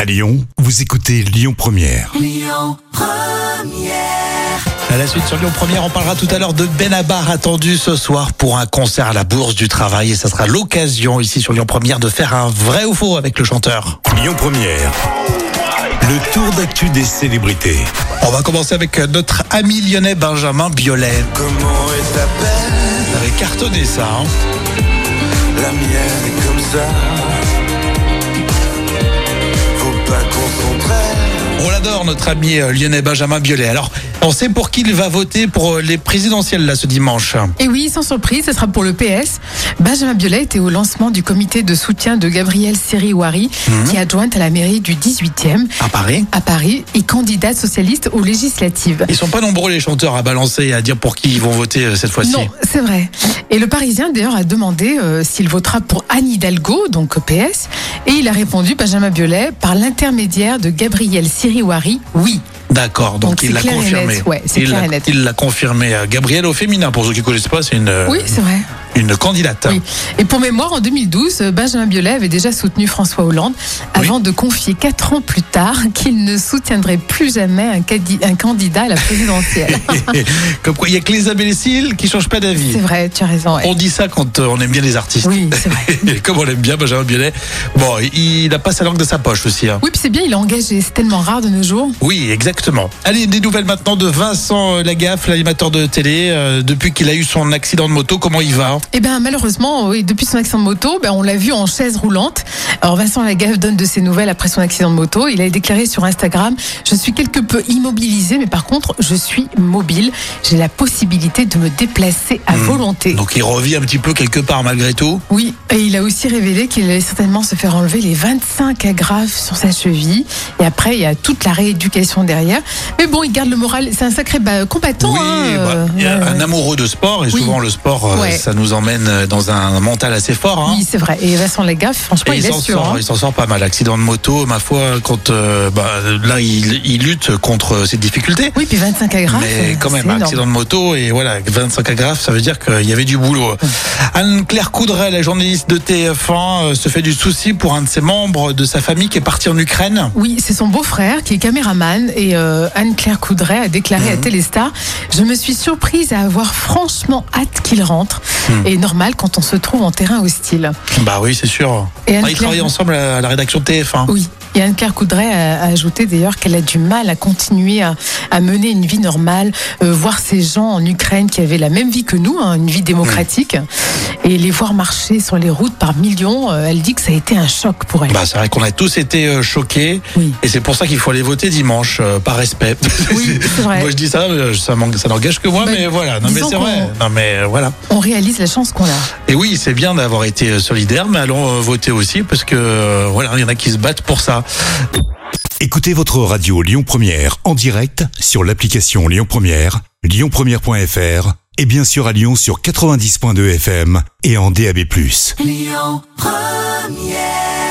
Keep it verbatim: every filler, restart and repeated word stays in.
À Lyon, vous écoutez Lyon Première. Lyon Première. À la suite sur Lyon Première, on parlera tout à l'heure de Benabar, attendu ce soir pour un concert à la Bourse du Travail. Et ça sera l'occasion ici sur Lyon Première de faire un vrai ou faux avec le chanteur. Lyon Première. Le tour d'actu des célébrités. On va commencer avec notre ami lyonnais Benjamin Biolay. Comment est ta peine? Ça avait cartonné ça, hein. La mienne est comme ça. Faut pas qu'on s'entraîne. On l'adore, notre ami lyonnais Benjamin Biolay. Alors, on sait pour qui il va voter pour les présidentielles là ce dimanche. Et oui, sans surprise, ce sera pour le P S. Benjamin Biolay était au lancement du comité de soutien de Gabrielle Siri-Ouari, mmh. qui est adjointe à la mairie du dix-huitième. À Paris. À Paris, et candidate socialiste aux législatives. Ils sont pas nombreux les chanteurs à balancer et à dire pour qui ils vont voter cette fois-ci. Non, c'est vrai. Et le Parisien d'ailleurs a demandé euh, s'il votera pour Anne Hidalgo, donc P S. Et il a répondu, Benjamin Biolay, par l'intermédiaire de Gabrielle Siri-Ouari, oui. D'accord, donc, donc il l'a confirmé. Ouais, c'est il clair l'a, et net. Il l'a confirmé. Gabrielle au féminin, pour ceux qui ne connaissent pas, c'est une. Oui, c'est vrai. Une candidate. Oui. Et pour mémoire, en deux mille douze, Benjamin Biolay avait déjà soutenu François Hollande avant oui. de confier quatre ans plus tard qu'il ne soutiendrait plus jamais un, cadi- un candidat à la présidentielle. Comme quoi, il n'y a que les imbéciles qui ne changent pas d'avis. C'est vrai, tu as raison. Ouais. On dit ça quand on aime bien les artistes. Oui, c'est vrai. Comme on l'aime bien, Benjamin Biolay. Bon, il n'a pas sa langue de sa poche aussi. Hein. Oui, puis c'est bien, il est engagé. C'est tellement rare de nos jours. Oui, exactement. Allez, des nouvelles maintenant de Vincent Lagaffe, l'animateur de télé. Euh, depuis qu'il a eu son accident de moto, comment il va ? Eh bien, malheureusement, oui, depuis son accident de moto, ben, on l'a vu en chaise roulante. Alors, Vincent Lagaffe donne de ses nouvelles après son accident de moto. Il a déclaré sur Instagram, je suis quelque peu immobilisé, mais par contre, je suis mobile. J'ai la possibilité de me déplacer à mmh. volonté. Donc, il revit un petit peu quelque part, malgré tout. Oui, et il a aussi révélé qu'il allait certainement se faire enlever les vingt-cinq agrafes sur sa cheville. Et après, il y a toute la rééducation derrière. Mais bon, il garde le moral. C'est un sacré bah, combattant. Oui, hein, bah, euh, il y a euh, un amoureux de sport. Et oui. souvent, le sport, ouais. ça nous emmène dans un mental assez fort. Hein. Oui, c'est vrai. Et Vincent Lagaffe, franchement, et il, il est s'en sûr. Sort, hein. Il s'en sort pas mal. Accident de moto, ma foi, quand euh, bah, là, il, il lutte contre ses difficultés. Oui, puis vingt-cinq agrafes. Mais quand même, accident de moto et voilà, vingt-cinq agrafes, ça veut dire qu'il y avait du boulot. Mmh. Anne-Claire Coudray, la journaliste de T F un, se fait du souci pour un de ses membres de sa famille qui est parti en Ukraine. Oui, c'est son beau-frère qui est caméraman et euh, Anne-Claire Coudray a déclaré mmh. à Téléstar, je me suis surprise à avoir franchement hâte qu'il rentre. Mmh. Et normal quand on se trouve en terrain hostile. Bah oui, c'est sûr. Et bah, ils travaillent ensemble à la rédaction de T F un. Oui. Et Anne-Claire Coudray a, a ajouté d'ailleurs qu'elle a du mal à continuer à, à mener une vie normale, euh, voir ces gens en Ukraine qui avaient la même vie que nous, hein, une vie démocratique, mmh. et les voir marcher sur les routes par millions, euh, elle dit que ça a été un choc pour elle. Bah, c'est vrai qu'on a tous été euh, choqués, oui. et c'est pour ça qu'il faut aller voter dimanche, euh, par respect. Oui, c'est vrai. Moi je dis ça, ça, ça n'engage que moi, bah, mais voilà. Non mais c'est vrai. Non mais euh, voilà. On réalise la chance qu'on a. Et oui, c'est bien d'avoir été solidaire, mais allons euh, voter aussi parce que euh, voilà, il y en a qui se battent pour ça. Écoutez votre radio Lyon Première en direct sur l'application Lyon Première, lyon première point f r et bien sûr à Lyon sur quatre-vingt-dix point deux F M et en D A B plus. Lyon Première.